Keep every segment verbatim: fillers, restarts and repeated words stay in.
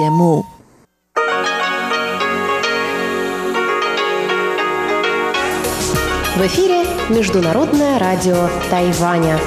目。В эфире Международное радио Тайваня.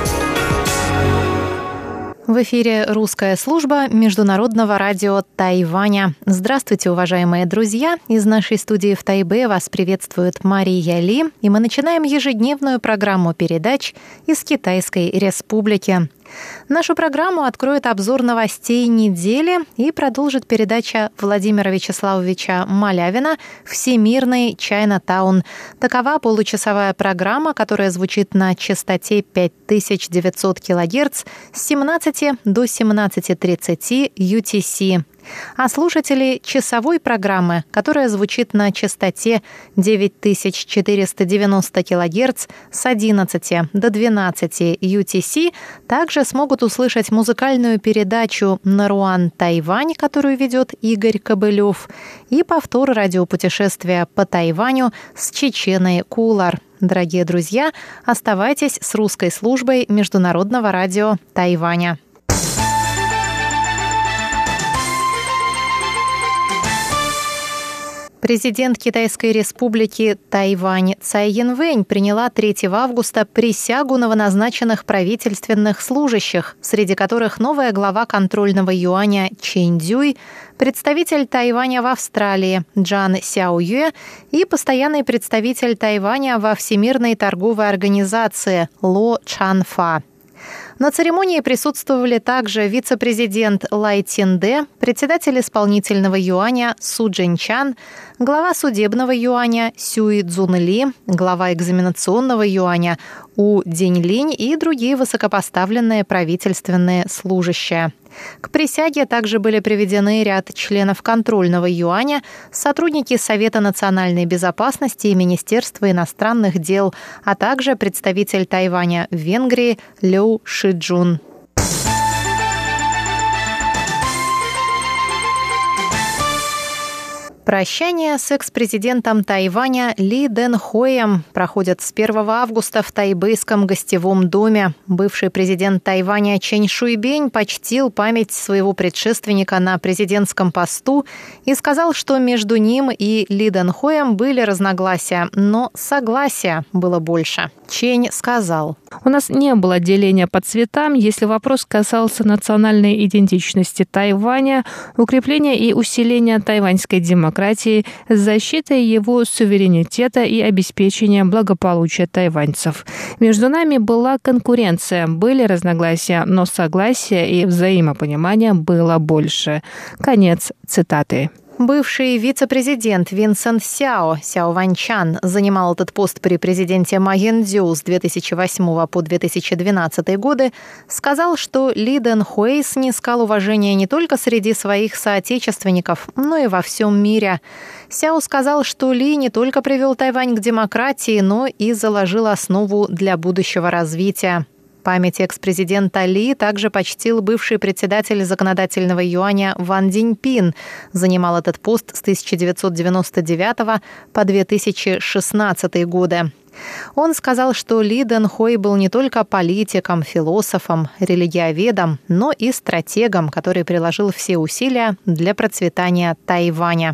В эфире русская служба Международного радио Тайваня. Здравствуйте, уважаемые друзья! Из нашей студии в Тайбе вас приветствует Мария Ли, и мы начинаем ежедневную программу передач из Китайской Республики. Нашу программу откроет обзор новостей недели и продолжит передача Владимира Вячеславовича Малявина «Всемирный Чайнатаун». Такова получасовая программа, которая звучит на частоте пять тысяч девятьсот килогерц с семнадцати до семнадцати тридцати ю ти си. А слушатели часовой программы, которая звучит на частоте девять тысяч четыреста девяносто килогерц с одиннадцати до двенадцати ю ти си, также смогут услышать музыкальную передачу «Наруан Тайвань», которую ведет Игорь Кобылев, и повтор радиопутешествия по Тайваню с Чеченой Кулар. Дорогие друзья, оставайтесь с русской службой Международного радио Тайваня. Президент Китайской Республики Тайвань Цай Янвэнь приняла третьего августа присягу новоназначенных правительственных служащих, среди которых новая глава контрольного юаня Чэнь Цзюй, представитель Тайваня в Австралии Джан Сяоюэ и постоянный представитель Тайваня во Всемирной торговой организации Ло Чанфа. На церемонии присутствовали также вице-президент Лай Цинде, председатель исполнительного юаня Су Джинчан, глава судебного юаня Сюй Цзунли, глава экзаменационного юаня У Деньлинь и другие высокопоставленные правительственные служащие. К присяге также были приведены ряд членов контрольного юаня, сотрудники Совета национальной безопасности и Министерства иностранных дел, а также представитель Тайваня в Венгрии Лю Шиджун. Прощание с экс-президентом Тайваня Ли Дэнхоем проходит с первого августа в тайбэйском гостевом доме. Бывший президент Тайваня Чэнь Шуйбень почтил память своего предшественника на президентском посту и сказал, что между ним и Ли Дэнхоем были разногласия, но согласия было больше. Чэнь сказал: «У нас не было деления по цветам, если вопрос касался национальной идентичности Тайваня, укрепления и усиления тайваньской демократии, защитой его суверенитета и обеспечения благополучия тайваньцев. Между нами была конкуренция, были разногласия, но согласия и взаимопонимания было больше». Конец цитаты. Бывший вице-президент Винсент Сяо, Сяо Ваньчан, занимал этот пост при президенте Ма Янцзю с две тысячи восьмого по две тысячи двенадцатый годы, сказал, что Ли Дэнхоэ снискал уважение не только среди своих соотечественников, но и во всем мире. Сяо сказал, что Ли не только привел Тайвань к демократии, но и заложил основу для будущего развития. Память экс-президента Ли также почтил бывший председатель законодательного юаня Ван Цзиньпин. Занимал этот пост с тысяча девятьсот девяносто девятого по две тысячи шестнадцатый годы. Он сказал, что Ли Дэнхоэ был не только политиком, философом, религиоведом, но и стратегом, который приложил все усилия для процветания Тайваня.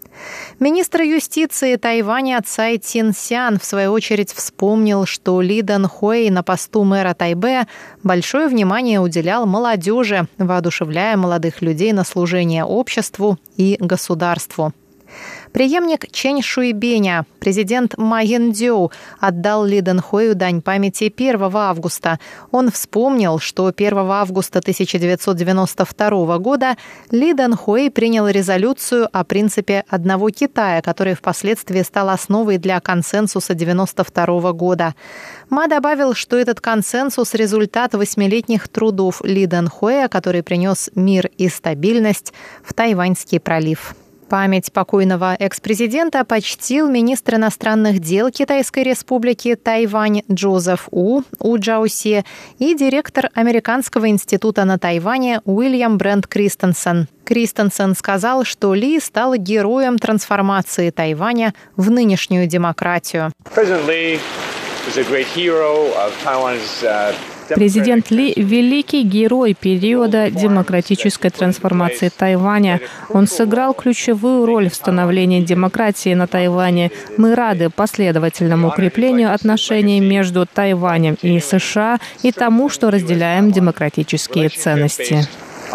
Министр юстиции Тайваня Цай Цинсян в свою очередь вспомнил, что Ли Дэнхоэ на посту мэра Тайбе большое внимание уделял молодежи, воодушевляя молодых людей на служение обществу и государству. Преемник Чэнь Шуйбеня, президент Ма Янцзю, отдал Ли Дэнхоэ дань памяти первого августа. Он вспомнил, что первого августа тысяча девятьсот девяносто второго года Ли Дэнхоэ принял резолюцию о принципе одного Китая, который впоследствии стал основой для консенсуса девяносто второго года. Ма добавил, что этот консенсус – результат восьмилетних трудов Ли Дэнхоэ, который принес мир и стабильность в Тайваньский пролив. Память покойного экс-президента почтил министр иностранных дел Китайской Республики Тайвань Джозеф У, У Джаоси, и директор Американского института на Тайване Уильям Брент Кристенсен. Кристенсен сказал, что Ли стал героем трансформации Тайваня в нынешнюю демократию. Президент Ли – великий герой периода демократической трансформации Тайваня. Он сыграл ключевую роль в становлении демократии на Тайване. Мы рады последовательному укреплению отношений между Тайванем и США и тому, что разделяем демократические ценности.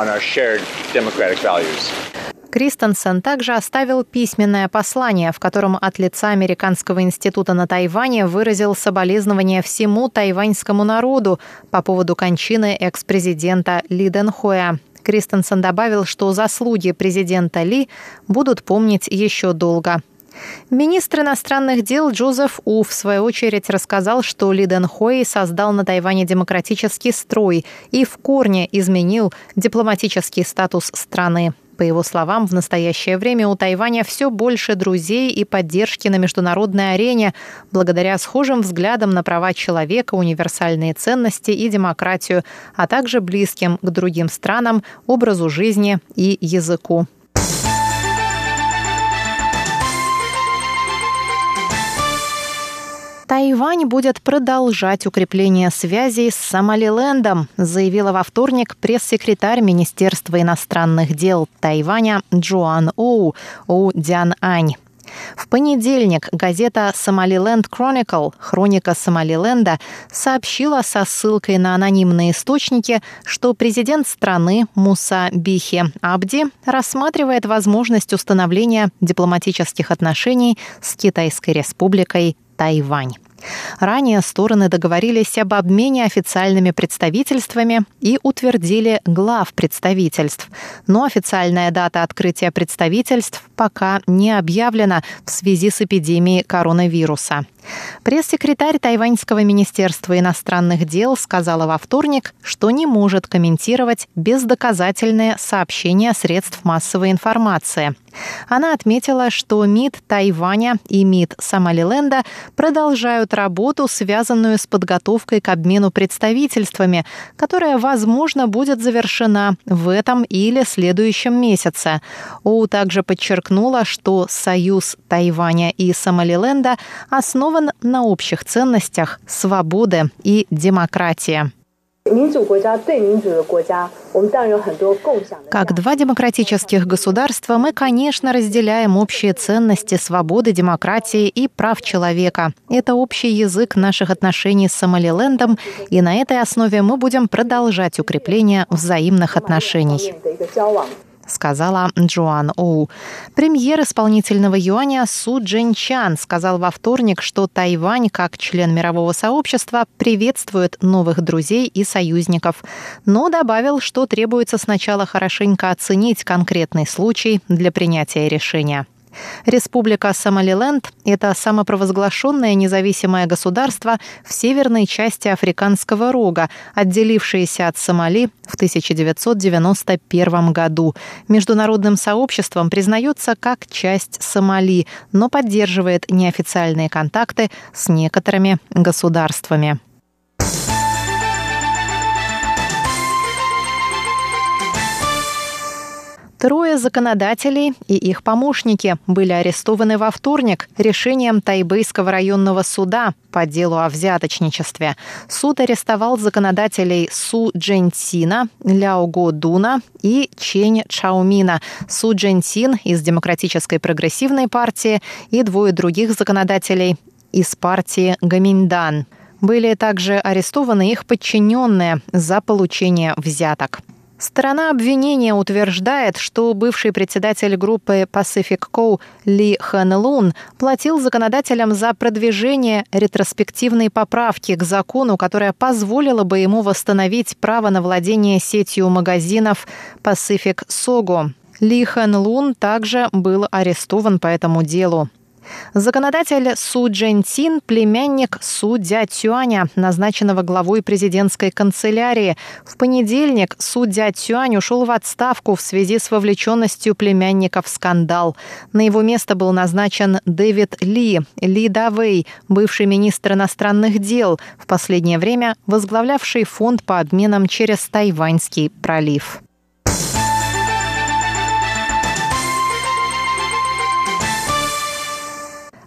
Кристенсен также оставил письменное послание, в котором от лица Американского института на Тайване выразил соболезнования всему тайваньскому народу по поводу кончины экс-президента Ли Дэнхоя. Кристенсен добавил, что заслуги президента Ли будут помнить еще долго. Министр иностранных дел Джозеф У, в свою очередь, рассказал, что Ли Дэнхой создал на Тайване демократический строй и в корне изменил дипломатический статус страны. По его словам, в настоящее время у Тайваня все больше друзей и поддержки на международной арене, благодаря схожим взглядам на права человека, универсальные ценности и демократию, а также близким к другим странам, образу жизни и языку. Тайвань будет продолжать укрепление связей с Сомалилендом, заявила во вторник пресс-секретарь Министерства иностранных дел Тайваня Джоан Оу Оу Дзянань. В понедельник газета «Somaliland Chronicle» «Хроника Сомалиленда» сообщила со ссылкой на анонимные источники, что президент страны Муса Бихи Абди рассматривает возможность установления дипломатических отношений с Китайской республикой Тайвань. Ранее стороны договорились об обмене официальными представительствами и утвердили глав представительств. Но официальная дата открытия представительств пока не объявлена в связи с эпидемией коронавируса. Пресс-секретарь Тайваньского министерства иностранных дел сказала во вторник, что не может комментировать бездоказательные сообщения средств массовой информации. Она отметила, что МИД Тайваня и МИД Сомалиленда продолжают работу, связанную с подготовкой к обмену представительствами, которая, возможно, будет завершена в этом или следующем месяце. Оу также подчеркнула, что союз Тайваня и Сомалиленда основан на общих ценностях свободы и демократии. Как два демократических государства мы, конечно, разделяем общие ценности свободы, демократии и прав человека. Это общий язык наших отношений с Сомалилендом, и на этой основе мы будем продолжать укрепление взаимных отношений, сказала Джоан Оу. Премьер исполнительного юаня Су Чжэньчан сказал во вторник, что Тайвань, как член мирового сообщества, приветствует новых друзей и союзников, но добавил, что требуется сначала хорошенько оценить конкретный случай для принятия решения. Республика Сомалиленд – это самопровозглашенное независимое государство в северной части Африканского рога, отделившееся от Сомали в тысяча девятьсот девяносто первом году. Международным сообществом признается как часть Сомали, но поддерживает неофициальные контакты с некоторыми государствами. Трое законодателей и их помощники были арестованы во вторник решением Тайбэйского районного суда по делу о взяточничестве. Суд арестовал законодателей Су Чжэньцина, Ляо Го Дуна и Чэнь Чаомина. Су Чжэньцин из Демократической прогрессивной партии и двое других законодателей из партии Гоминьдан. Были также арестованы их подчиненные за получение взяток. Сторона обвинения утверждает, что бывший председатель группы Pacific Co Ли Хэн Лун платил законодателям за продвижение ретроспективной поправки к закону, которая позволила бы ему восстановить право на владение сетью магазинов Pacific Sogo. Ли Хэн Лун также был арестован по этому делу. Законодатель Су Чжэньцин – племянник Су Цзя Цюаня, назначенного главой президентской канцелярии. В понедельник Су Цзя Цюань ушел в отставку в связи с вовлеченностью племянника в скандал. На его место был назначен Дэвид Ли, Ли Давэй, бывший министр иностранных дел, в последнее время возглавлявший фонд по обменам через Тайваньский пролив.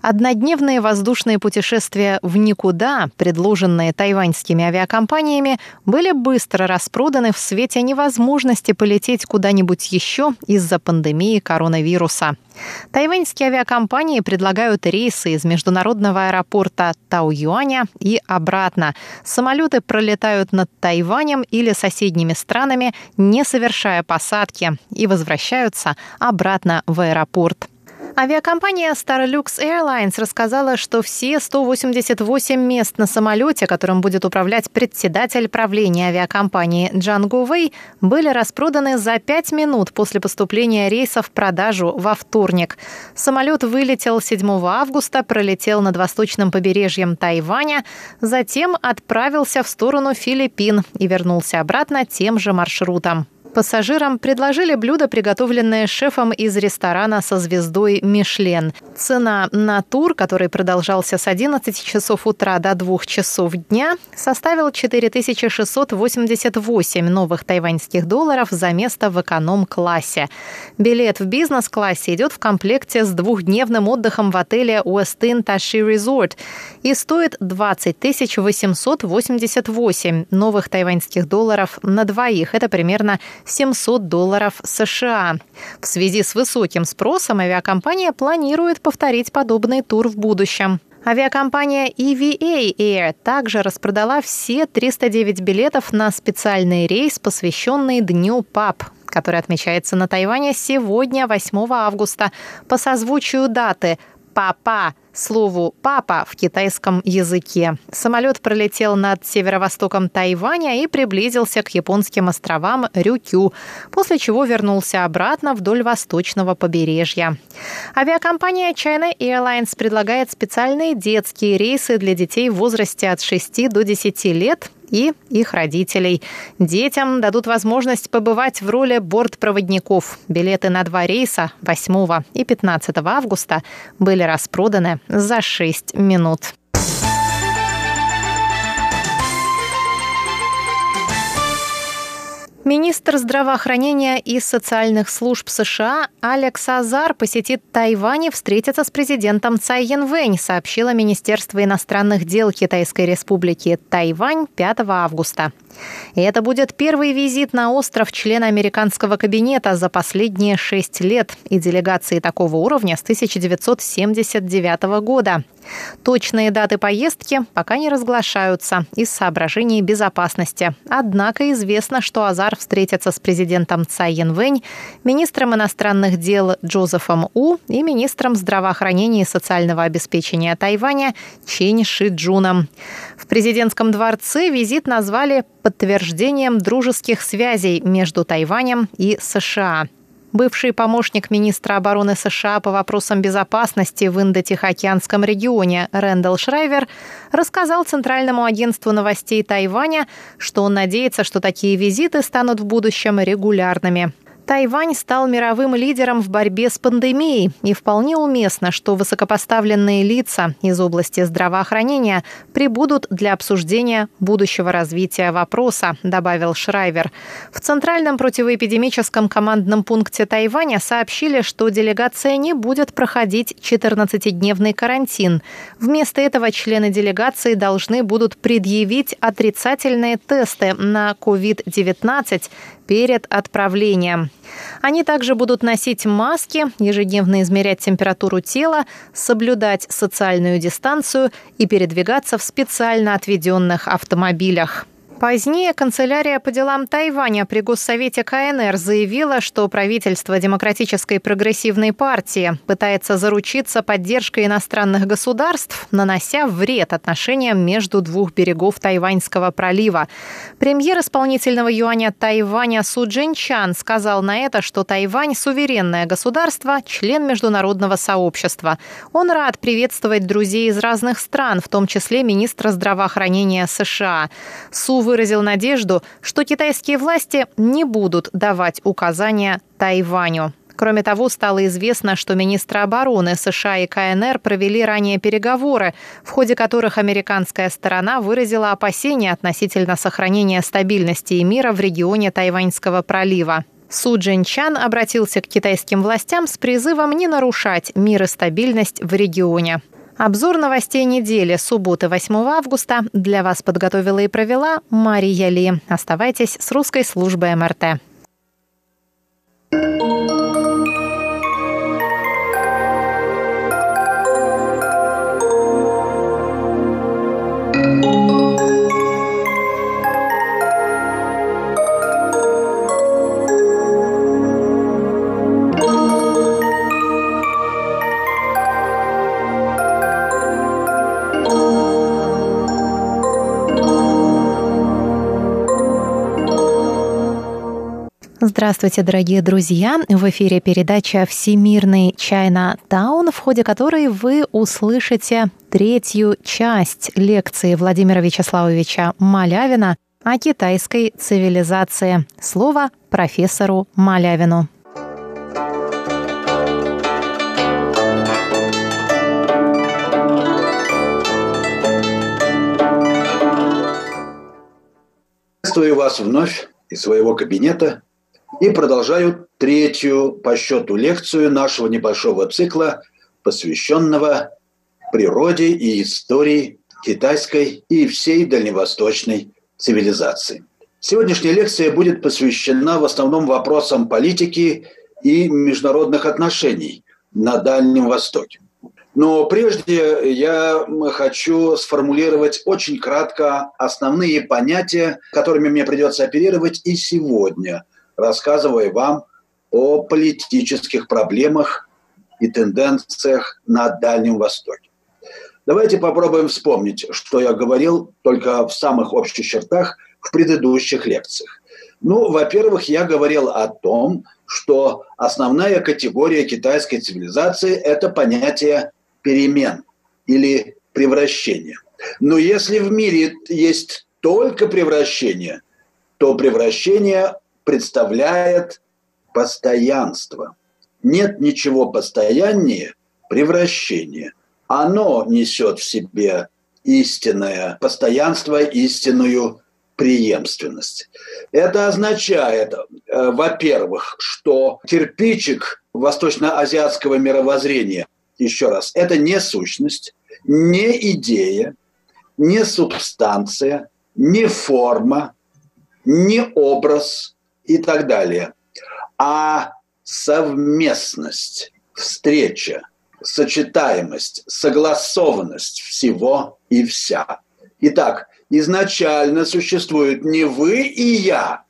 Однодневные воздушные путешествия в никуда, предложенные тайваньскими авиакомпаниями, были быстро распроданы в свете невозможности полететь куда-нибудь еще из-за пандемии коронавируса. Тайваньские авиакомпании предлагают рейсы из международного аэропорта Таоюаня и обратно. Самолеты пролетают над Тайванем или соседними странами, не совершая посадки, и возвращаются обратно в аэропорт. Авиакомпания Starlux Airlines рассказала, что все сто восемьдесят восемь мест на самолете, которым будет управлять председатель правления авиакомпании Джан Гувей, были распроданы за пять минут после поступления рейса в продажу во вторник. Самолет вылетел седьмого августа, пролетел над восточным побережьем Тайваня, затем отправился в сторону Филиппин и вернулся обратно тем же маршрутом. Пассажирам предложили блюдо, приготовленное шефом из ресторана со звездой «Мишлен». Цена на тур, который продолжался с одиннадцати часов утра до двух часов дня, составила четыре тысячи шестьсот восемьдесят восемь новых тайваньских долларов за место в эконом-классе. Билет в бизнес-классе идет в комплекте с двухдневным отдыхом в отеле Westin Tashi Resort и стоит двадцать тысяч восемьсот восемьдесят восемь новых тайваньских долларов на двоих. Это примерно семьсот долларов США. В связи с высоким спросом авиакомпания планирует повторить подобный тур в будущем. Авиакомпания и ви эй Air также распродала все триста девять билетов на специальный рейс, посвященный Дню пап, который отмечается на Тайване сегодня, восьмого августа, по созвучию даты «Папа», слову «папа» в китайском языке. Самолет пролетел над северо-востоком Тайваня и приблизился к японским островам Рюкю, после чего вернулся обратно вдоль восточного побережья. Авиакомпания China Airlines предлагает специальные детские рейсы для детей в возрасте от шести до десяти лет и их родителей. Детям дадут возможность побывать в роли бортпроводников. Билеты на два рейса восьмого и пятнадцатого августа были распроданы за шесть минут. Министр здравоохранения и социальных служб США Алекс Азар посетит Тайвань и встретится с президентом Цай Янвэнь, сообщило Министерство иностранных дел Китайской Республики Тайвань пятого августа. И это будет первый визит на остров члена американского кабинета за последние шесть лет и делегации такого уровня с тысяча девятьсот семьдесят девятого года. Точные даты поездки пока не разглашаются из соображений безопасности. Однако известно, что Азар встретится с президентом Цай Янвэнь, министром иностранных дел Джозефом У и министром здравоохранения и социального обеспечения Тайваня Чэнь Ши-Джуном. В президентском дворце визит назвали подтверждением дружеских связей между Тайванем и США. Бывший помощник министра обороны США по вопросам безопасности в Индо-Тихоокеанском регионе Рэндалл Шрайвер рассказал Центральному агентству новостей Тайваня, что он надеется, что такие визиты станут в будущем регулярными. Тайвань стал мировым лидером в борьбе с пандемией, и вполне уместно, что высокопоставленные лица из области здравоохранения прибудут для обсуждения будущего развития вопроса, добавил Шрайвер. В Центральном противоэпидемическом командном пункте Тайваня сообщили, что делегация не будет проходить четырнадцатидневный карантин. Вместо этого члены делегации должны будут предъявить отрицательные тесты на ковид девятнадцать перед отправлением. Они также будут носить маски, ежедневно измерять температуру тела, соблюдать социальную дистанцию и передвигаться в специально отведенных автомобилях. Позднее канцелярия по делам Тайваня при Госсовете ка эн эр заявила, что правительство Демократической прогрессивной партии пытается заручиться поддержкой иностранных государств, нанося вред отношениям между двух берегов Тайваньского пролива. Премьер исполнительного юаня Тайваня Су Чжэньчан сказал на это, что Тайвань – суверенное государство, член международного сообщества. Он рад приветствовать друзей из разных стран, в том числе министра здравоохранения США. Су выразил надежду, что китайские власти не будут давать указания Тайваню. Кроме того, стало известно, что министры обороны США и ка эн эр провели ранее переговоры, в ходе которых американская сторона выразила опасения относительно сохранения стабильности и мира в регионе Тайваньского пролива. Су Чжэньчан обратился к китайским властям с призывом не нарушать мир и стабильность в регионе. Обзор новостей недели субботы восьмого августа для вас подготовила и провела Мария Ли. Оставайтесь с русской службой эм эр тэ. Здравствуйте, дорогие друзья! В эфире передача «Всемирный Чайна-таун», в ходе которой вы услышите третью часть лекции Владимира Вячеславовича Малявина о китайской цивилизации. Слово профессору Малявину. Приветствую вас вновь из своего кабинета. И продолжаю третью по счету лекцию нашего небольшого цикла, посвященного природе и истории китайской и всей дальневосточной цивилизации. Сегодняшняя лекция будет посвящена в основном вопросам политики и международных отношений на Дальнем Востоке. Но прежде я хочу сформулировать очень кратко основные понятия, которыми мне придется оперировать и сегодня, рассказывая вам о политических проблемах и тенденциях на Дальнем Востоке. Давайте попробуем вспомнить, что я говорил только в самых общих чертах в предыдущих лекциях. Ну, во-первых, я говорил о том, что основная категория китайской цивилизации – это понятие перемен или превращения. Но если в мире есть только превращение, то превращение представляет постоянство. Нет ничего постояннее превращения. Оно несет в себе истинное постоянство, истинную преемственность. Это означает, э, во-первых, что кирпичик восточноазиатского мировоззрения, еще раз, это не сущность, не идея, не субстанция, не форма, не образ и так далее, а совместность, встреча, сочетаемость, согласованность всего и вся. Итак, изначально существует не вы и я,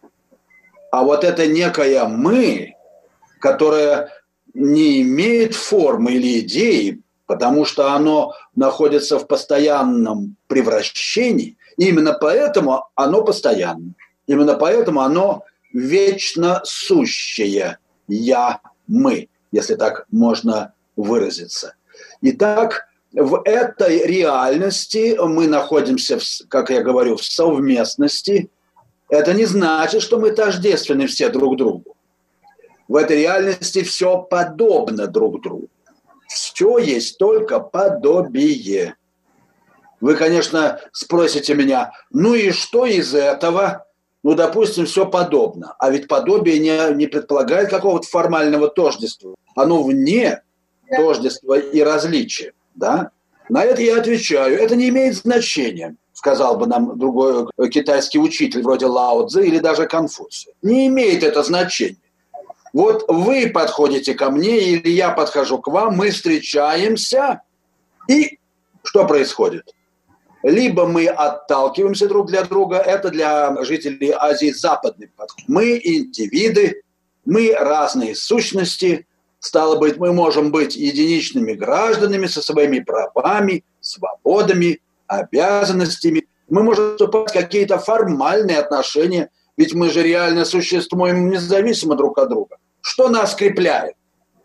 а вот это некое «мы», которое не имеет формы или идеи, потому что оно находится в постоянном превращении, и именно поэтому оно постоянно. Именно поэтому оно вечно сущее «я», «мы», если так можно выразиться. Итак, в этой реальности мы находимся, в, как я говорю, в совместности. Это не значит, что мы тождественны все друг другу. В этой реальности все подобно друг другу. Все есть только подобие. Вы, конечно, спросите меня, ну и что из этого? Ну, допустим, все подобно. А ведь подобие не, не предполагает какого-то формального тождества. Оно вне тождества и различия. Да? На это я отвечаю. Это не имеет значения, сказал бы нам другой китайский учитель, вроде Лао Цзы или даже Конфуция. Не имеет это значения. Вот вы подходите ко мне, или я подхожу к вам, мы встречаемся, и что происходит? Либо мы отталкиваемся друг для друга, это для жителей Азии западный подход. Мы индивиды, мы разные сущности, стало быть, мы можем быть единичными гражданами со своими правами, свободами, обязанностями. Мы можем вступать в какие-то формальные отношения, ведь мы же реально существуем независимо друг от друга. Что нас скрепляет?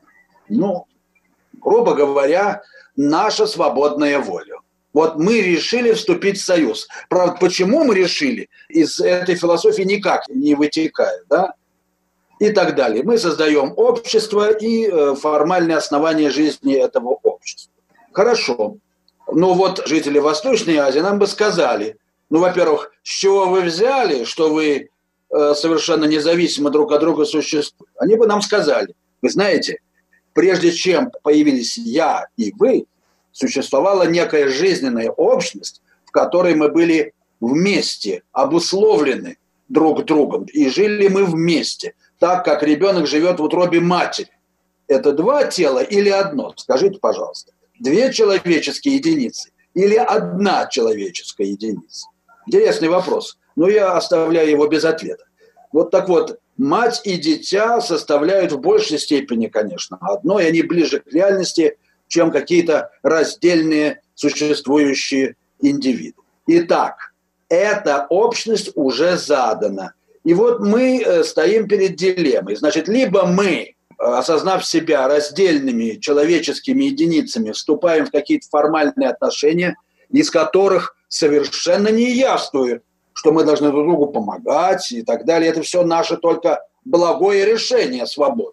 Ну, грубо говоря, наша свободная воля. Вот мы решили вступить в союз. Правда, почему мы решили, из этой философии никак не вытекает, да? И так далее. Мы создаем общество и э, формальные основания жизни этого общества. Хорошо. Но вот жители Восточной Азии нам бы сказали, ну, во-первых, с чего вы взяли, что вы э, совершенно независимо друг от друга существуете? Они бы нам сказали, вы знаете, прежде чем появились я и вы, Существовала некая жизненная общность, в которой мы были вместе, обусловлены друг другом, и жили мы вместе, так как ребенок живет в утробе матери. Это два тела или одно? Скажите, пожалуйста. Две человеческие единицы или одна человеческая единица? Интересный вопрос, но я оставляю его без ответа. Вот так вот, мать и дитя составляют в большей степени, конечно, одно, и они ближе к реальности, чем какие-то раздельные существующие индивиды. Итак, эта общность уже задана. И вот мы стоим перед дилеммой. Значит, либо мы, осознав себя раздельными человеческими единицами, вступаем в какие-то формальные отношения, из которых совершенно не явствует, что мы должны друг другу помогать и так далее. Это все наше только благое решение свободно.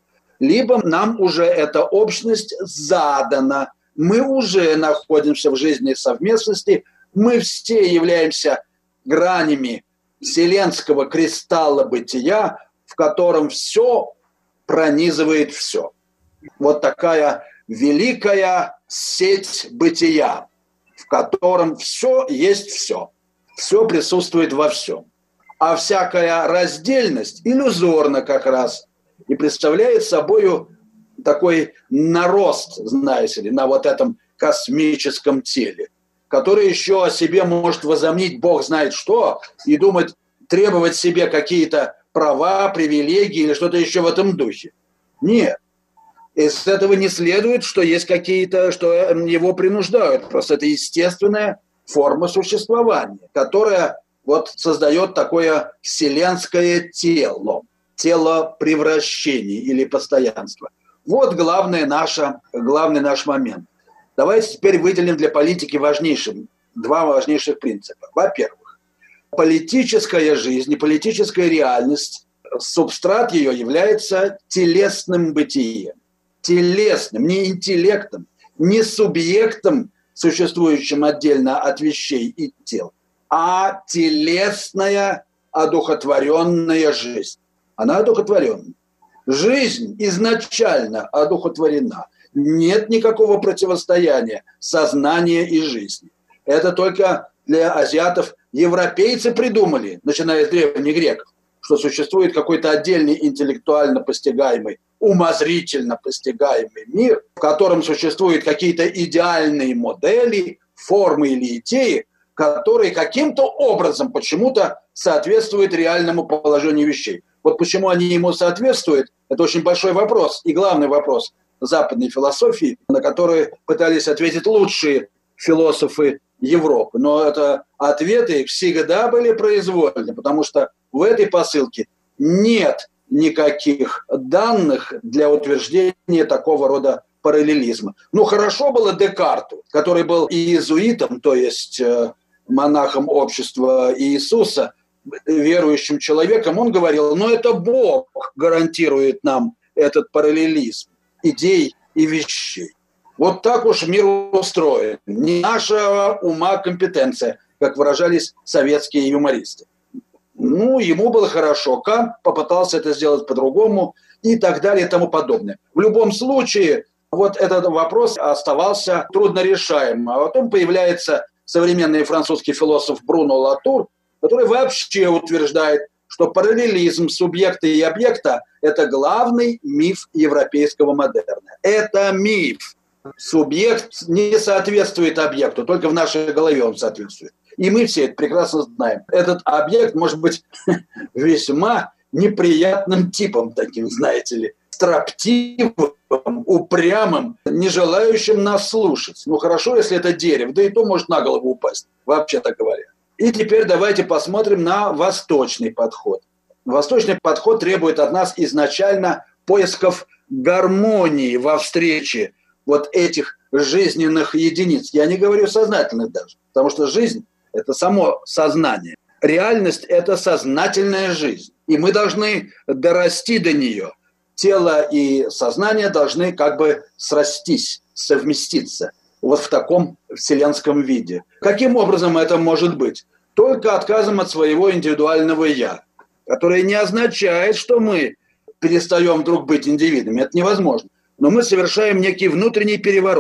Либо нам уже эта общность задана. Мы уже находимся в жизни совместности. Мы все являемся гранями вселенского кристалла бытия, в котором все пронизывает все. Вот такая великая сеть бытия, в котором все есть все. Все присутствует во всем. А всякая раздельность иллюзорна как раз и представляет собой такой нарост, знаете ли, на вот этом космическом теле, который еще о себе может возомнить Бог знает что и думать, требовать себе какие-то права, привилегии или что-то еще в этом духе. Нет. Из этого не следует, что есть какие-то, что его принуждают. Просто это естественная форма существования, которая вот создает такое вселенское тело, тело превращений или постоянства. Вот главное наше, главный наш момент. Давайте теперь выделим для политики важнейшим, два важнейших принципа. Во-первых, политическая жизнь и политическая реальность, субстрат ее является телесным бытием. Телесным, не интеллектом, не субъектом, существующим отдельно от вещей и тел, а телесная, одухотворенная жизнь. Она одухотворенна. Жизнь изначально одухотворена. Нет никакого противостояния сознания и жизни. Это только для азиатов европейцы придумали, начиная с древних греков, что существует какой-то отдельный интеллектуально постигаемый, умозрительно постигаемый мир, в котором существуют какие-то идеальные модели, формы или идеи, которые каким-то образом почему-то соответствуют реальному положению вещей. Вот почему они ему соответствуют, это очень большой вопрос и главный вопрос западной философии, на который пытались ответить лучшие философы Европы. Но это ответы всегда были произвольны, потому что в этой посылке нет никаких данных для утверждения такого рода параллелизма. Ну, хорошо было Декарту, который был иезуитом, то есть э, монахом общества Иисуса, верующим человеком, он говорил, ну, это Бог гарантирует нам этот параллелизм идей и вещей. Вот так уж мир устроен. Не нашего ума компетенция, как выражались советские юмористы. Ну, ему было хорошо. Кант попытался это сделать по-другому и так далее и тому подобное. В любом случае, вот этот вопрос оставался труднорешаемым. А потом появляется современный французский философ Бруно Латур, который вообще утверждает, что параллелизм субъекта и объекта – это главный миф европейского модерна. Это миф. Субъект не соответствует объекту, только в нашей голове он соответствует. И мы все это прекрасно знаем. Этот объект может быть весьма неприятным типом таким, знаете ли, строптивым, упрямым, не желающим нас слушать. Ну хорошо, если это дерево, да и то может на голову упасть, вообще-то говоря. И теперь давайте посмотрим на восточный подход. Восточный подход требует от нас изначально поисков гармонии во встрече вот этих жизненных единиц. Я не говорю сознательных даже, потому что жизнь – это само сознание. Реальность – это сознательная жизнь, и мы должны дорасти до нее. Тело и сознание должны как бы срастись, совместиться вот в таком вселенском виде. Каким образом это может быть? Только отказом от своего индивидуального «я», которое не означает, что мы перестаем вдруг быть индивидами. Это невозможно. Но мы совершаем некий внутренний переворот,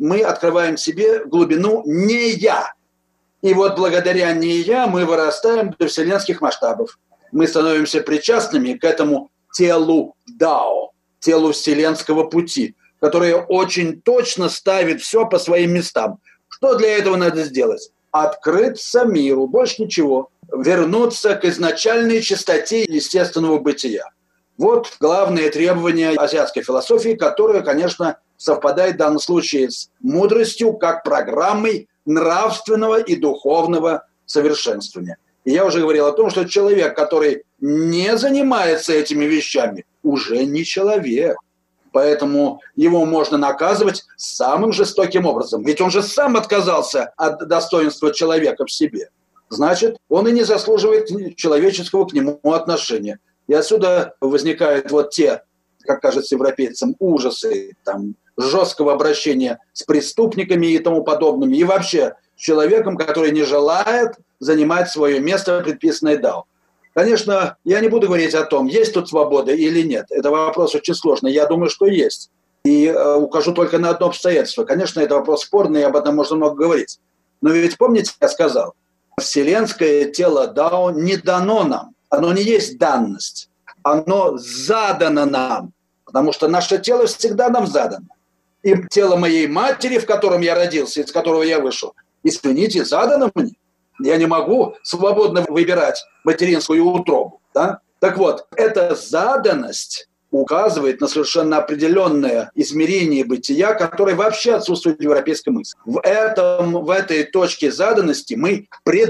мы открываем себе глубину «не я». И вот благодаря «не я» мы вырастаем до вселенских масштабов. Мы становимся причастными к этому телу Дао, телу вселенского пути, которое очень точно ставит все по своим местам. Что для этого надо сделать? Открыться миру, больше ничего. Вернуться к изначальной чистоте естественного бытия. Вот главное требование азиатской философии, которое, конечно, совпадает в данном случае с мудростью как программой нравственного и духовного совершенствования. И я уже говорил о том, что человек, который не занимается этими вещами, уже не человек. Поэтому его можно наказывать самым жестоким образом. Ведь он же сам отказался от достоинства человека в себе. Значит, он и не заслуживает человеческого к нему отношения. И отсюда возникают вот те, как кажется европейцам, ужасы там, жесткого обращения с преступниками и тому подобными. И вообще с человеком, который не желает занимать свое место, предписанное Дао. Конечно, я не буду говорить о том, есть тут свобода или нет. Это вопрос очень сложный. Я думаю, что есть. И э, укажу только на одно обстоятельство. Конечно, это вопрос спорный, и об этом можно много говорить. Но ведь помните, я сказал, вселенское тело Дао не дано нам. Оно не есть данность. Оно задано нам. Потому что наше тело всегда нам задано. И тело моей матери, в котором я родился, из которого я вышел, извините, задано мне. Я не могу свободно выбирать материнскую утробу. Да? Так вот, эта заданность указывает на совершенно определенное измерение бытия, которое вообще отсутствует в европейской мысли. В, этом, в этой точке заданности мы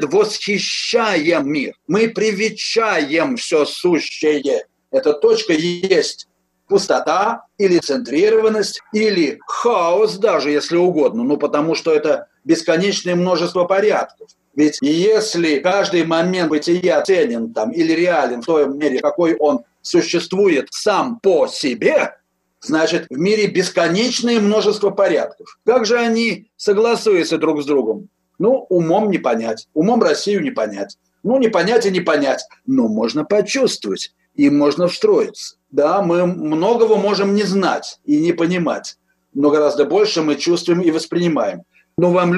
предвосхищаем мир, мы привечаем все сущее. Эта точка есть пустота или центрированность, или хаос даже, если угодно, ну потому что это бесконечное множество порядков. Ведь если каждый момент бытия ценен там, или реален в той мере, какой он существует сам по себе, значит, в мире бесконечное множество порядков. Как же они согласуются друг с другом? Ну, умом не понять, умом Россию не понять. Ну, не понять и не понять, но можно почувствовать и можно встроиться. Да, мы многого можем не знать и не понимать, но гораздо больше мы чувствуем и воспринимаем. Ну, вам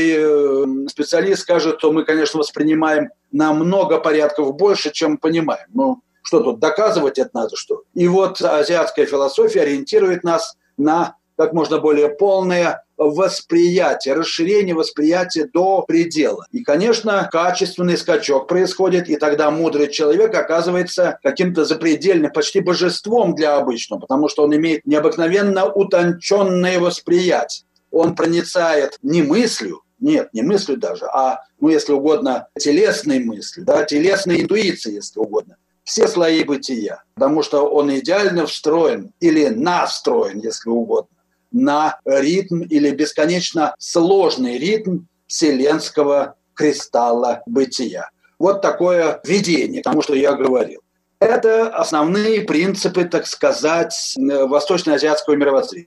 любой специалист скажет, что мы, конечно, воспринимаем на много порядков больше, чем понимаем. Ну, что тут, доказывать это надо, что? И вот азиатская философия ориентирует нас на как можно более полное восприятие, расширение восприятия до предела. И, конечно, качественный скачок происходит, и тогда мудрый человек оказывается каким-то запредельным, почти божеством для обычного, потому что он имеет необыкновенно утонченное восприятие. Он проницает не мыслью, нет, не мыслью даже, а, ну, если угодно, телесной мыслью, да, телесной интуицией, если угодно, все слои бытия, потому что он идеально встроен или настроен, если угодно, на ритм или бесконечно сложный ритм вселенского кристалла бытия. Вот такое видение, тому, что я говорил. Это основные принципы, так сказать, восточноазиатского мировоззрения.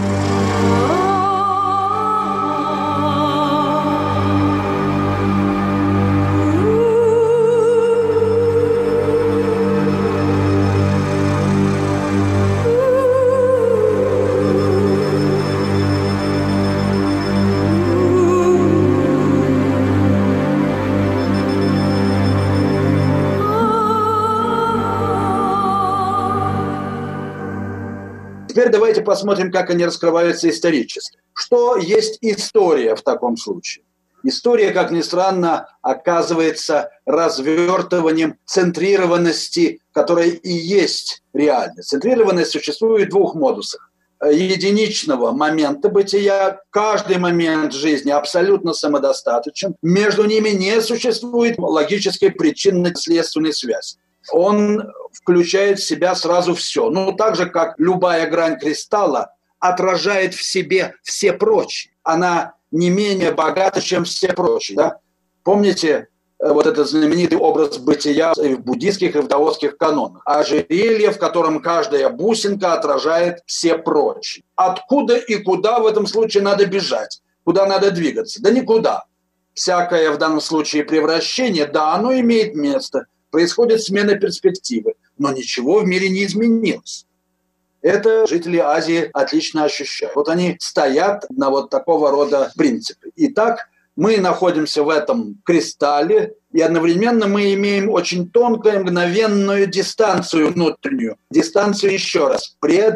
Теперь давайте посмотрим, как они раскрываются исторически. Что есть история в таком случае? История, как ни странно, оказывается развертыванием центрированности, которая и есть реальность. Центрированность существует в двух модусах. Единичного момента бытия, каждый момент жизни абсолютно самодостаточен. Между ними не существует логической причинно-следственной связи. Он включает в себя сразу все. Ну, так же, как любая грань кристалла отражает в себе все прочие. Она не менее богата, чем все прочие. Да? Помните вот этот знаменитый образ бытия в буддийских и в даосских канонах? Ожерелье, в котором каждая бусинка отражает все прочие. Откуда и куда в этом случае надо бежать? Куда надо двигаться? Да никуда. Всякое в данном случае превращение, да, оно имеет место. Происходит смена перспективы, но ничего в мире не изменилось. Это жители Азии отлично ощущают. Вот они стоят на вот такого рода принципе. Итак, мы находимся в этом кристалле, и одновременно мы имеем очень тонкую, мгновенную дистанцию внутреннюю. Дистанцию, еще раз,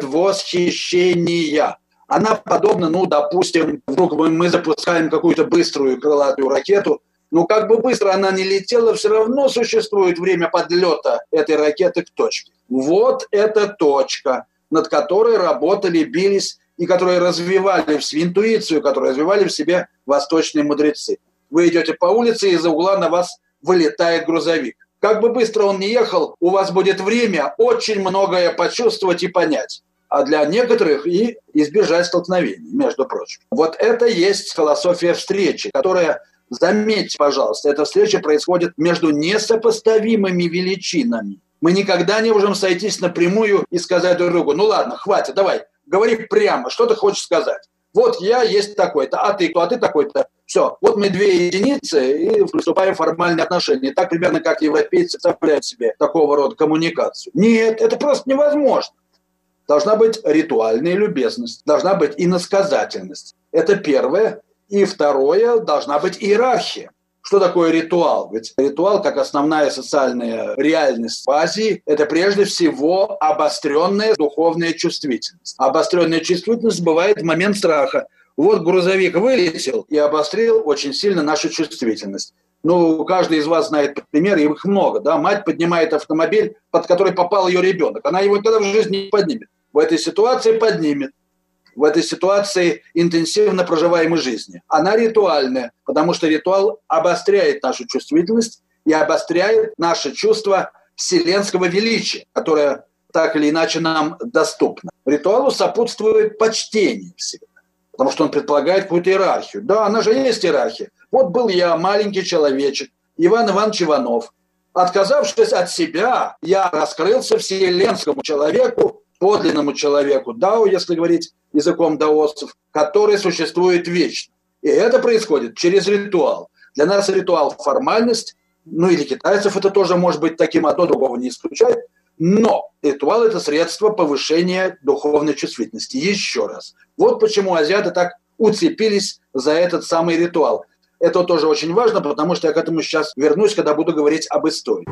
предвосхищения. Она подобна, ну, допустим, вдруг мы запускаем какую-то быструю крылатую ракету, ну, как бы быстро она не летела, все равно существует время подлета этой ракеты к точке. Вот эта точка, над которой работали, бились, и которые развивали в себе интуицию, которые развивали в себе восточные мудрецы. Вы идете по улице, и из-за угла на вас вылетает грузовик. Как бы быстро он ни ехал, у вас будет время очень многое почувствовать и понять. А для некоторых и избежать столкновений, между прочим. Вот это есть философия встречи, которая, заметьте, пожалуйста, эта встреча происходит между несопоставимыми величинами. Мы никогда не можем сойтись напрямую и сказать друг другу: ну ладно, хватит, давай, говори прямо, что ты хочешь сказать. Вот я есть такой-то, а ты кто, а ты такой-то. Все, вот мы две единицы и вступаем в формальные отношения. Так примерно как европейцы представляют себе такого рода коммуникацию. Нет, это просто невозможно. Должна быть ритуальная любезность, должна быть иносказательность. Это первое. И второе, должна быть иерархия. Что такое ритуал? Ведь ритуал, как основная социальная реальность в Азии, это прежде всего обостренная духовная чувствительность. Обостренная чувствительность бывает в момент страха. Вот грузовик вылетел и обострил очень сильно нашу чувствительность. Ну, каждый из вас знает примеры, их много. Да? Мать поднимает автомобиль, под который попал ее ребенок. Она его никогда в жизни не поднимет. В этой ситуации поднимет. В этой ситуации интенсивно проживаемой жизни. Она ритуальная, потому что ритуал обостряет нашу чувствительность и обостряет наше чувство вселенского величия, которое так или иначе нам доступно. Ритуалу сопутствует почтение всегда, потому что он предполагает какую-то иерархию. Да, она же есть иерархия. Вот был я, маленький человечек, Иван Иванович Иванов. Отказавшись от себя, я раскрылся вселенскому человеку, подлинному человеку, дао, если говорить языком даосов, который существует вечно. И это происходит через ритуал. Для нас ритуал – формальность, ну или китайцев это тоже может быть таким, одно другого не исключает, но ритуал – это средство повышения духовной чувствительности. Еще раз. Вот почему азиаты так уцепились за этот самый ритуал. Это тоже очень важно, потому что я к этому сейчас вернусь, когда буду говорить об истории.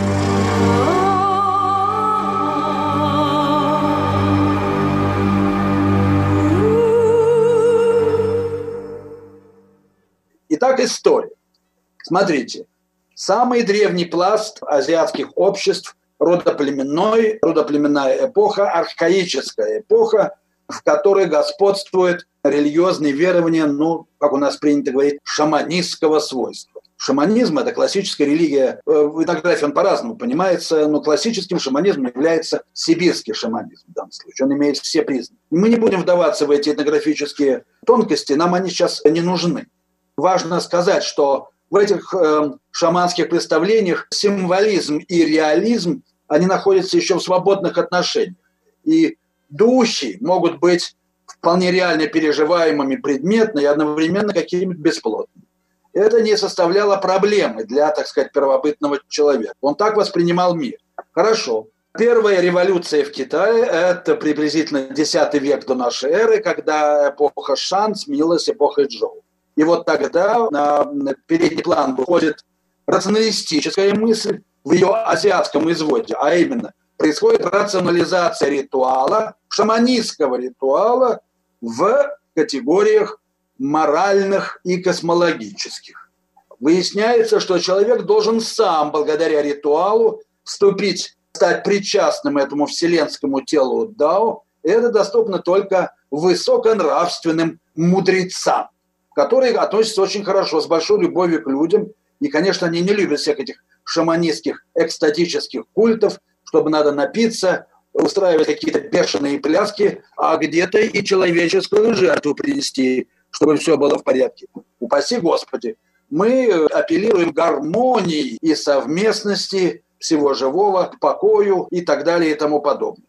Итак, история. Смотрите, самый древний пласт азиатских обществ – родоплеменной, родоплеменная эпоха, архаическая эпоха, в которой господствует религиозные верования, ну, как у нас принято говорить, шаманистского свойства. Шаманизм – это классическая религия, в этнографии он по-разному понимается, но классическим шаманизмом является сибирский шаманизм в данном случае. Он имеет все признаки. Мы не будем вдаваться в эти этнографические тонкости, нам они сейчас не нужны. Важно сказать, что в этих э, шаманских представлениях символизм и реализм, они находятся еще в свободных отношениях. И духи могут быть вполне реально переживаемыми предметно и одновременно какими-то бесплотными. Это не составляло проблемы для, так сказать, первобытного человека. Он так воспринимал мир. Хорошо. Первая революция в Китае – это приблизительно десятый век до нашей эры, когда эпоха Шан сменилась эпохой Чжоу. И вот тогда на передний план выходит рационалистическая мысль в ее азиатском изводе, а именно происходит рационализация ритуала, шаманистского ритуала в категориях моральных и космологических. Выясняется, что человек должен сам, благодаря ритуалу, вступить, стать причастным этому вселенскому телу Дао. И это доступно только высоконравственным мудрецам, которые относятся очень хорошо, с большой любовью к людям. И, конечно, они не любят всех этих шаманистских, экстатических культов, чтобы надо напиться, устраивать какие-то бешеные пляски, а где-то и человеческую жертву принести, чтобы все было в порядке. Упаси Господи. Мы апеллируем к гармонии и совместности всего живого, к покою и так далее и тому подобное.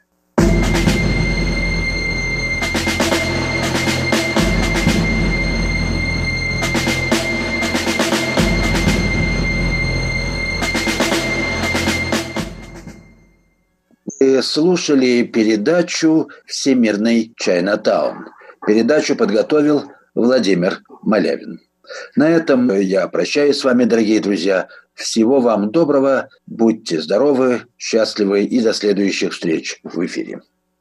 слушали передачу «Всемирный Чайнатаун». Передачу подготовил Владимир Малявин. На этом я прощаюсь с вами, дорогие друзья. Всего вам доброго, будьте здоровы, счастливы и до следующих встреч в эфире.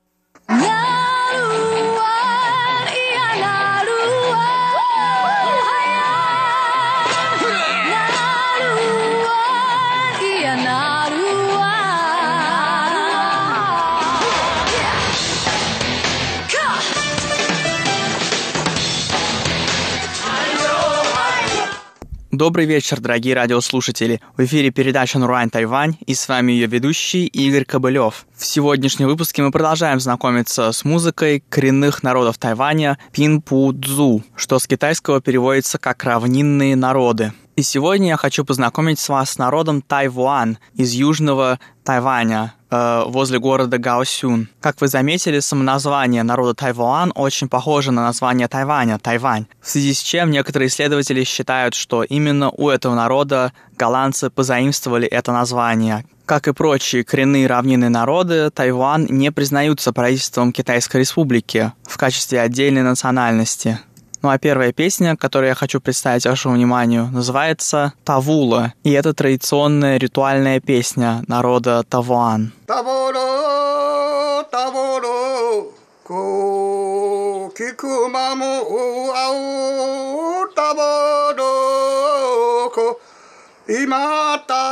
Добрый вечер, дорогие радиослушатели. В эфире передача «Нурань Тайвань» и с вами ее ведущий Игорь Кобылев. В сегодняшнем выпуске мы продолжаем знакомиться с музыкой коренных народов Тайваня Пин-Пу-Дзу, что с китайского переводится как «равнинные народы». И сегодня я хочу познакомить с вас с народом Тайвуан из южного Тайваня, э, возле города Гаосюн. Как вы заметили, самоназвание народа Тайвуан очень похоже на название Тайваня, Тайвань, в связи с чем некоторые исследователи считают, что именно у этого народа голландцы позаимствовали это название. Как и прочие коренные равнинные народы, Тайвань не признаются правительством Китайской Республики в качестве отдельной национальности. Ну а первая песня, которую я хочу представить вашему вниманию, называется «Тавула», и это традиционная ритуальная песня народа Тавуан. Тавула, тавула, ко кикумаму ау, тавула, ко имата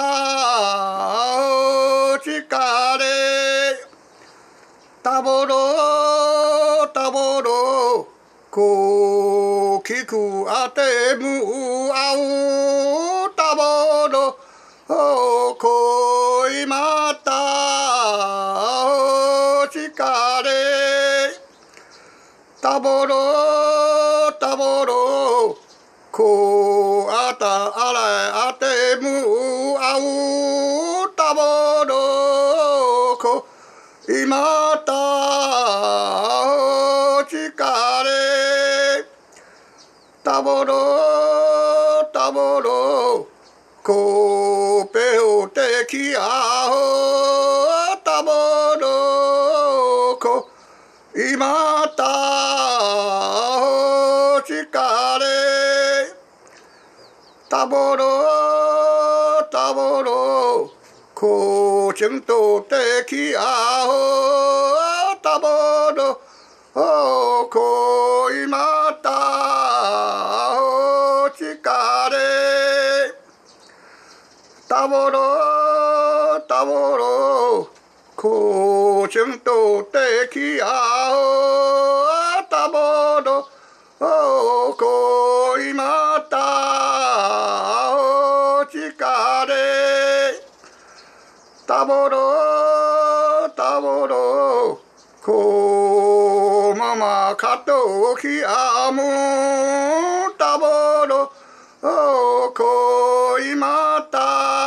чикаре, тавула, тавула, ко кику атему ау таборо ко имата чикаре таборо таборо ко ата аре атему ау таборо ко имата чикаре таборо таборо ко пео теки ао таборо ко имата чикаре таборо таборо ко чимто теки ао таборо ко имата таборо таборо ко чимто теки ао таборо ко имата чикаре таборо таборо ко мама като ки аму таборо ко имата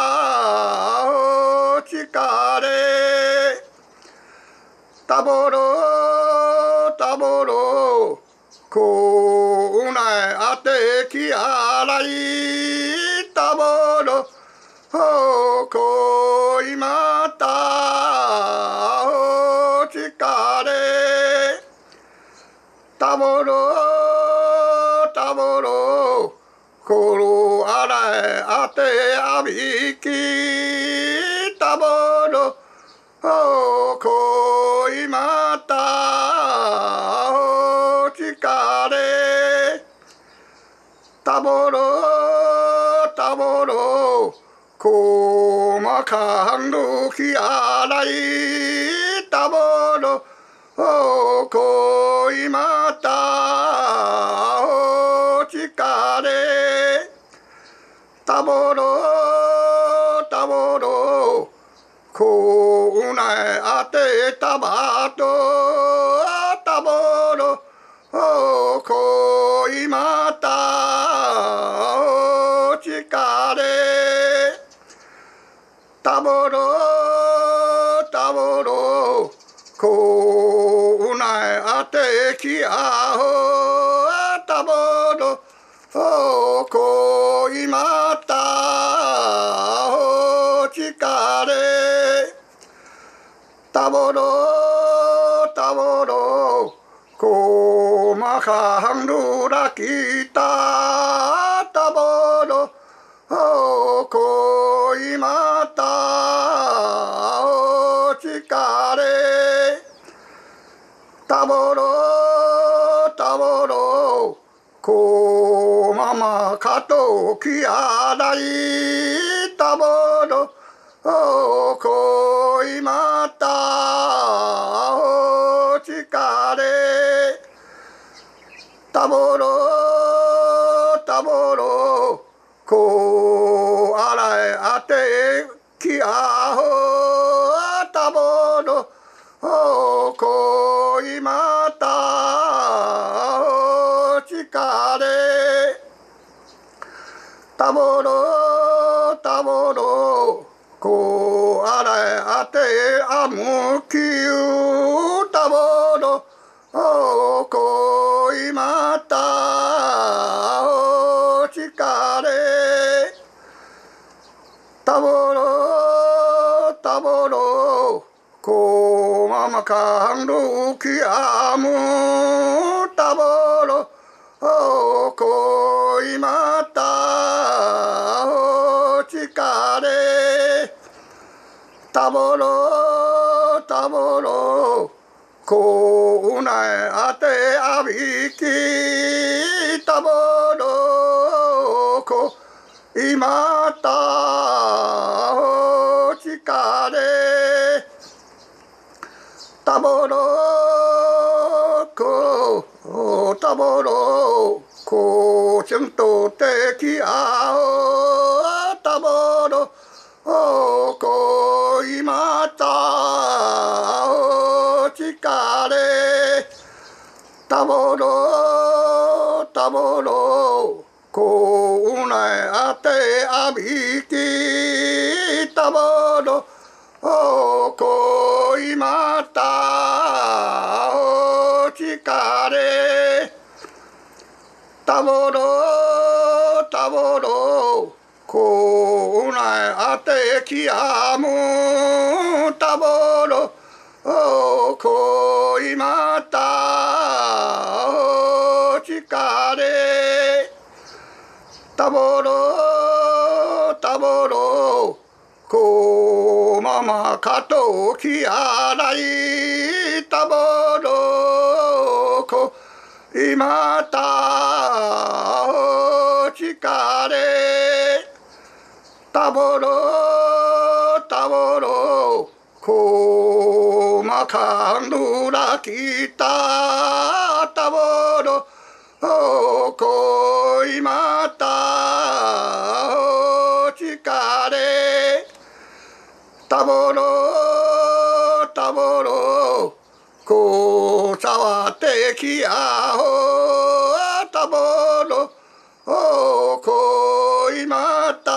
чикаре таборо таборо ко унаe ате ки арай таборо ко имата чикаре таборо таборо ко 아래 아때 아비키 타보로 고이마타 오치카레 타보로 타보로 고마칸 루키 아라이 타보로 고이마타 오치카레 타보로 타보로 고우나에 아때 타바토 타보로 고이마타 오치카레 타보로 타보로 고우나에 아때 키아호 타보로 고이마타 오치카레 타보로 まかんるらきたたぼろおこいまたおちかれたぼろたぼろこままかときあらいたぼろおこいまたおちかれたぼろたぼろこあらえあてきあほたぼろおこいまたおちかれたぼろたぼろこあらえあてあむきゅうたぼろおこいまたおちかれたぼろたぼろこままかんるきあむたぼろおこいまたおちかれたぼろたぼろこうなえあてあびきたぼろこいまたおちかれたぼろこたぼろこちんとてきあおたぼろおこいまたおちかれたぼろたぼろこうなえあてあびきたぼろおこいまたおちかれたぼろたぼろこうなえあてきあむたぼろおこいまたおちかれたぼろたぼろこままかときあらいたぼろこいまたおちかれたぼろたぼろこまかんるらきたたぼろおこいまたおちかれたぼろたぼろこさわてきあほたぼろおこいまた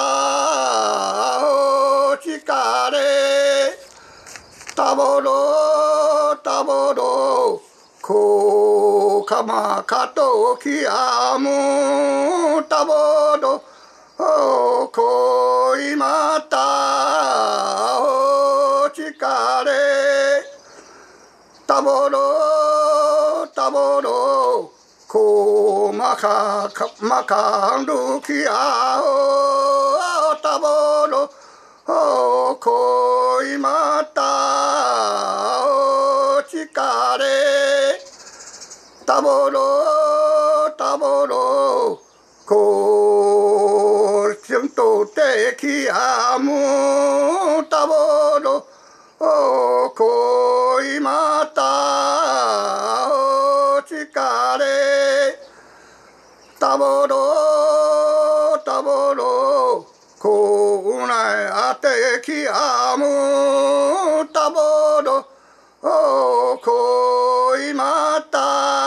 おちかれたぼろたぼろこかまかときあむたぼろおこいまたおちかれたぼろたぼろこまかかまかんるきあおたぼろおこいまたおちかれたぼろたぼろこちんとてきあむたぼろおこいまたおちかれたぼろたぼろこうなえあてきあむたぼろおこいまた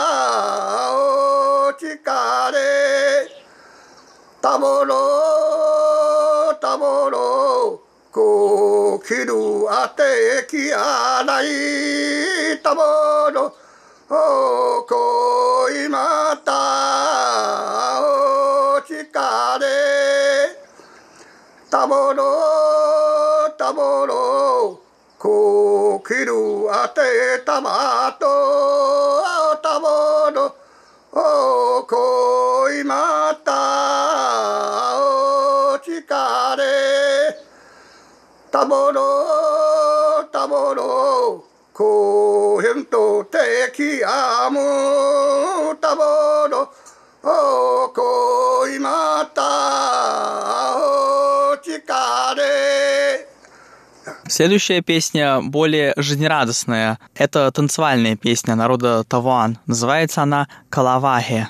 おちかれたぼろたぼろこうきるあてきあらいたぼろおこいまたおちかれたぼろたぼろこうきるあてたまとたぼろいまたお力でたぼろたぼろ後編と敵あむたぼろおこいまたお力で. Следующая песня более жизнерадостная. Это танцевальная песня народа Тавуан. Называется она «Калавахе».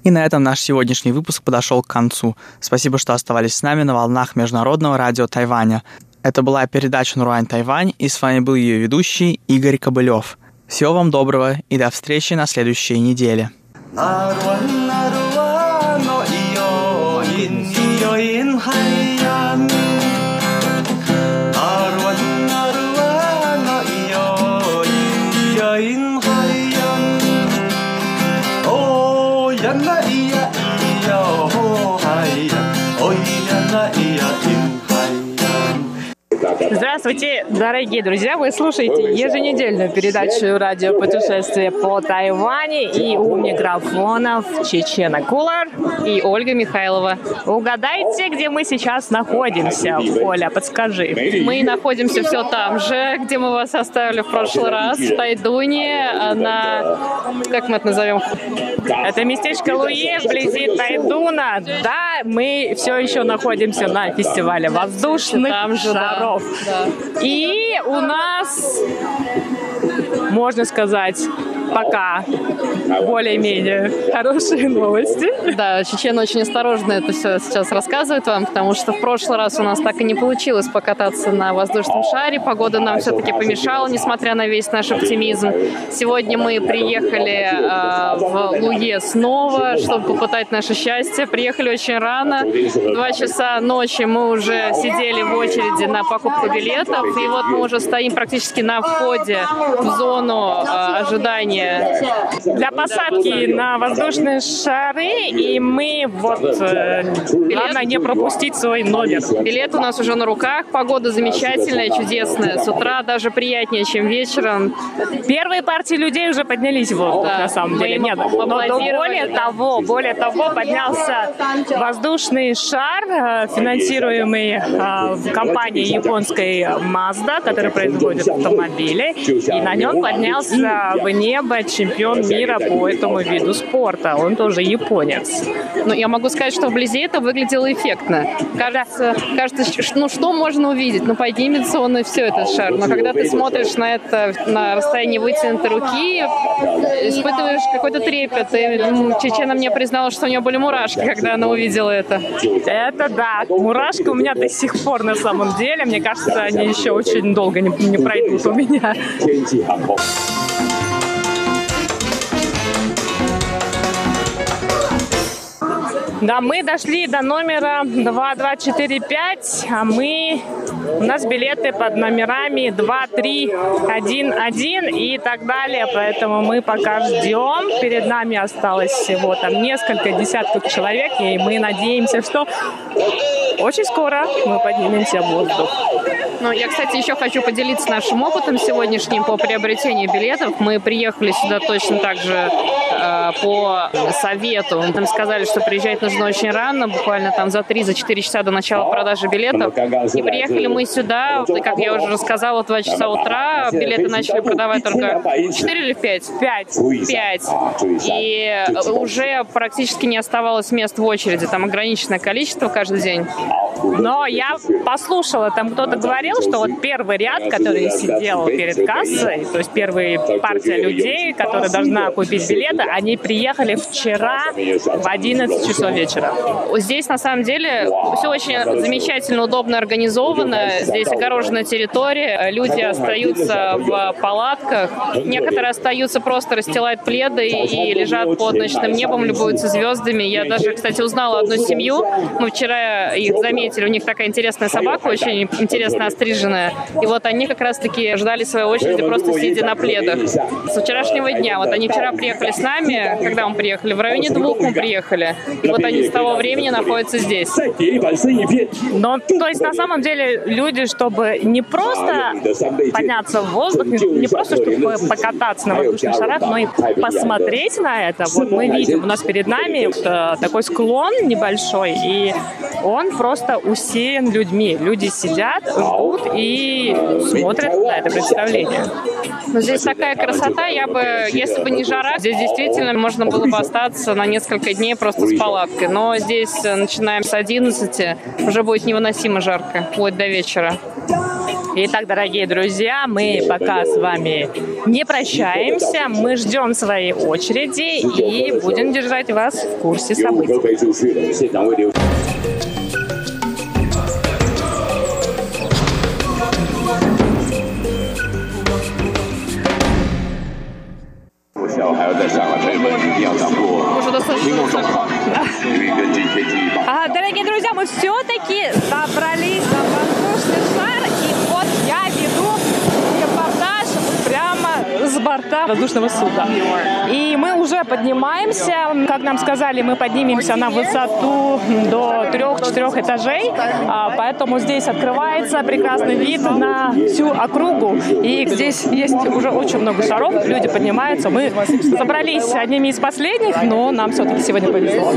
И на этом наш сегодняшний выпуск подошел к концу. Спасибо, что оставались с нами на волнах Международного радио Тайваня. Это была передача Нурань Тайвань, и с вами был ее ведущий Игорь Кобылев. Всего вам доброго и до встречи на следующей неделе. Здравствуйте, дорогие друзья! Вы слушаете еженедельную передачу «Радио путешествия по Тайваню», и у микрофонов Чечена Кулар и Ольга Михайлова. Угадайте, где мы сейчас находимся? Оля, подскажи. Мы находимся все там же, где мы вас оставили в прошлый раз, в Тайдуне, на... как мы это назовем? Это местечко Луе, вблизи Тайдуна. Да, мы все еще находимся на фестивале воздушных там же, шаров. Да, да. И у нас, можно сказать, пока более-менее хорошие новости. Да, Чечена очень осторожно это все сейчас рассказывает вам, потому что в прошлый раз у нас так и не получилось покататься на воздушном шаре. Погода нам все-таки помешала, несмотря на весь наш оптимизм. Сегодня мы приехали э, в Луе снова, чтобы попытать наше счастье. Приехали очень рано. В два часа ночи мы уже сидели в очереди на покупку билетов. И вот мы уже стоим практически на входе в зону э, ожидания для посадки на воздушные шары, и мы вот э, главное не пропустить свой номер. Билет у нас уже на руках, погода замечательная, чудесная, с утра даже приятнее, чем вечером. Первые партии людей уже поднялись в воздух, да, на самом деле. Нет, но, но более того, более того, поднялся воздушный шар, финансируемый э, компанией японской Mazda, которая производит автомобили, и на нем поднялся в небо чемпион мира по этому виду спорта. Он тоже японец. Ну, я могу сказать, что вблизи это выглядело эффектно. Кажется, кажется, ну что можно увидеть? Ну, поднимется он и все, этот шар. Но когда ты смотришь на это на расстоянии вытянутой руки, испытываешь какой-то трепет. И Чечена мне признала, что у нее были мурашки, когда она увидела это. Это да. Мурашки у меня до сих пор на самом деле. Мне кажется, они еще очень долго не, не пройдут у меня. Да, мы дошли до номера два два четыре пять, а мы... У нас билеты под номерами два три один один и так далее, поэтому мы пока ждем. Перед нами осталось всего там несколько десятков человек, и мы надеемся, что очень скоро мы поднимемся в воздух. Ну, я, кстати, еще хочу поделиться нашим опытом сегодняшним по приобретению билетов. Мы приехали сюда точно так же э, по совету. Нам сказали, что приезжать нужно очень рано, буквально там за три-четыре часа до начала продажи билетов. И приехали мы сюда, как я уже рассказала, в два часа утра. Билеты начали продавать только в четыре или в пять? пять. пять. И уже практически не оставалось мест в очереди. Там ограниченное количество каждый день. Но я послушала, там кто-то говорил, что вот первый ряд, который сидел перед кассой, то есть первая партия людей, которая должна купить билеты, они приехали вчера в одиннадцать часов вечера. Здесь, на самом деле, все очень замечательно, удобно организовано. Здесь огороженная территория, люди остаются в палатках, некоторые остаются просто расстилать пледы и лежат под ночным небом, любуются звездами. Я даже, кстати, узнала одну семью, мы вчера их заметили, у них такая интересная собака, очень интересно остриженная. И вот они как раз-таки ждали своей очереди, просто сидя на пледах. С вчерашнего дня. Вот они вчера приехали с нами, когда мы приехали, в районе двух мы приехали. И вот они с того времени находятся здесь. Но, то есть, на самом деле, люди, чтобы не просто подняться в воздух, не, не просто, чтобы покататься на воздушных шарах, но и посмотреть на это. Вот мы видим, у нас перед нами вот, такой склон небольшой, и он просто усеян людьми. Люди сидят, ждут и смотрят на это представление. Но здесь такая красота, я бы, если бы не жара, здесь действительно можно было бы остаться на несколько дней просто с палаткой. Но здесь начинаем с одиннадцати, уже будет невыносимо жарко, вплоть до вечера. Итак, дорогие друзья, мы пока с вами не прощаемся, мы ждем своей очереди и будем держать вас в курсе событий. А, дорогие друзья, мы все-таки добрались на воздушный шар, и вот я веду репортаж прямо с борта воздушного судна. И мы уже поднимаемся, как нам сказали, мы поднимемся на высоту до трех-четырех этажей, поэтому здесь открывается прекрасный вид на всю округу. И здесь есть уже очень много шаров, люди поднимаются. Мы забрались одними из последних, но нам все-таки сегодня повезло.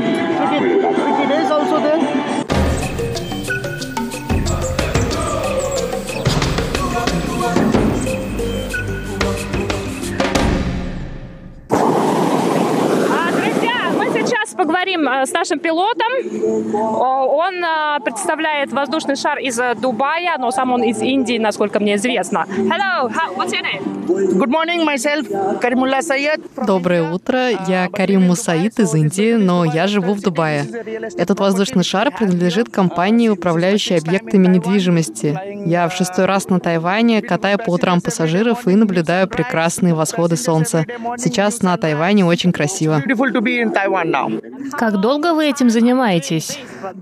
Поговорим с нашим пилотом. Он представляет воздушный шар из Дубая, но сам он из Индии, насколько мне известно. Hello, how, what's your name? Good morning, myself, Karimullah Sayyed. Доброе утро, я Карим Мусаид из Индии, но я живу в Дубае. Этот воздушный шар принадлежит компании, управляющей объектами недвижимости. Я в шестой раз на Тайване, катаю по утрам пассажиров и наблюдаю прекрасные восходы солнца. Сейчас на Тайване очень красиво. Как долго вы этим занимаетесь?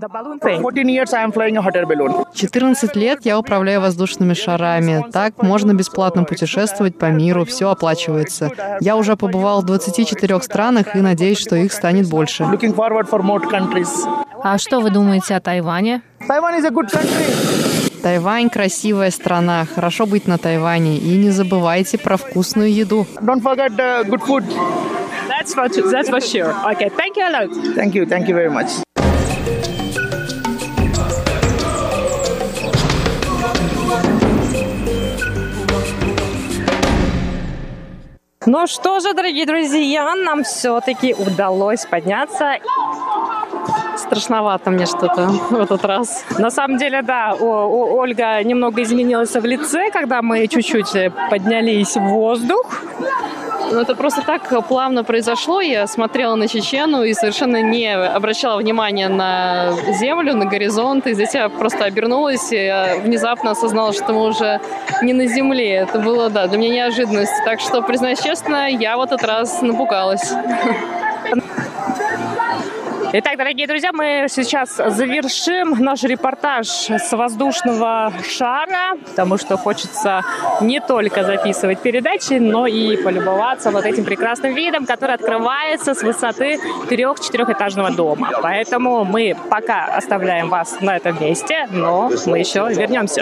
четырнадцать лет я управляю воздушными шарами. Так можно бесплатно путешествовать по миру, все оплачивается. Я уже побывал в двадцати четырёх странах и надеюсь, что их станет больше. А что вы думаете о Тайване? Тайвань — красивая страна. Хорошо быть на Тайване. И не забывайте про вкусную еду. Don't forget the good food. That's for, that's for sure. Okay, thank you a lot. Thank you, thank you very much. Ну что же, дорогие друзья, нам все-таки удалось подняться. Страшновато мне что-то в этот раз. На самом деле, да, о, о, Ольга немного изменилась в лице, когда мы чуть-чуть поднялись в воздух. Ну, это просто так плавно произошло. Я смотрела на Чечену и совершенно не обращала внимания на землю, на горизонт. И здесь я просто обернулась и внезапно осознала, что мы уже не на земле. Это было, да, для меня неожиданность. Так что, признаюсь честно, я в этот раз напугалась. Итак, дорогие друзья, мы сейчас завершим наш репортаж с воздушного шара, потому что хочется не только записывать передачи, но и полюбоваться вот этим прекрасным видом, который открывается с высоты трех-четырехэтажного дома. Поэтому мы пока оставляем вас на этом месте, но мы еще вернемся.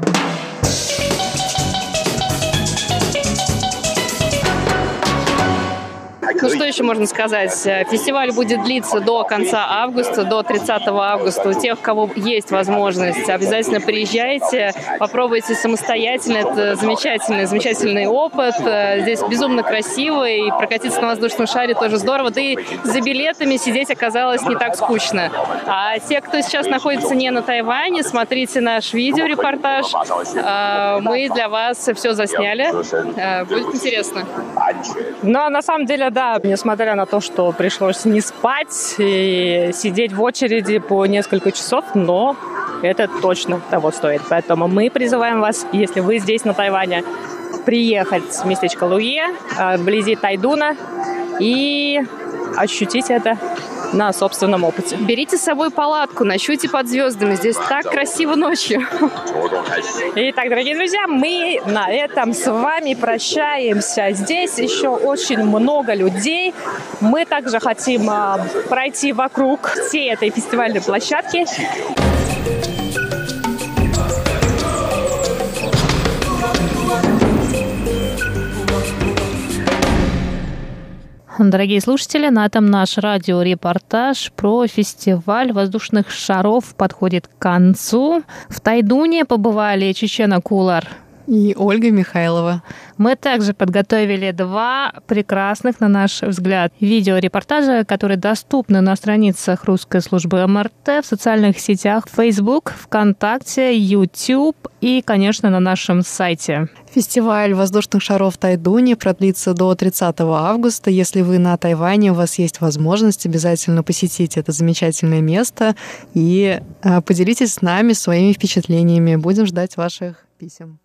Ну, что еще можно сказать? Фестиваль будет длиться до конца августа, до тридцатого августа. У тех, у кого есть возможность, обязательно приезжайте, попробуйте самостоятельно. Это замечательный, замечательный опыт. Здесь безумно красиво, и прокатиться на воздушном шаре тоже здорово. Да и за билетами сидеть оказалось не так скучно. А те, кто сейчас находится не на Тайване, смотрите наш видеорепортаж. Мы для вас все засняли. Будет интересно. Но на самом деле, да, несмотря на то, что пришлось не спать и сидеть в очереди по несколько часов, но это точно того стоит. Поэтому мы призываем вас, если вы здесь на Тайване, приехать в местечко Луе, вблизи Тайдуна, и ощутить это на собственном опыте. Берите с собой палатку, ночуйте под звездами. Здесь так красиво ночью. Итак, дорогие друзья, мы на этом с вами прощаемся. Здесь еще очень много людей. Мы также хотим а, пройти вокруг всей этой фестивальной площадки. Дорогие слушатели, на этом наш радиорепортаж про фестиваль воздушных шаров подходит к концу. В Тайдуне побывали Чечена Кулар И Ольга Михайлова. Мы также подготовили два прекрасных, на наш взгляд, видеорепортажа, которые доступны на страницах русской службы эм эр тэ в социальных сетях Facebook, ВКонтакте, YouTube и, конечно, на нашем сайте. Фестиваль воздушных шаров Тайдуни продлится до тридцатого августа. Если вы на Тайване, у вас есть возможность, обязательно посетить это замечательное место и поделитесь с нами своими впечатлениями. Будем ждать ваших писем.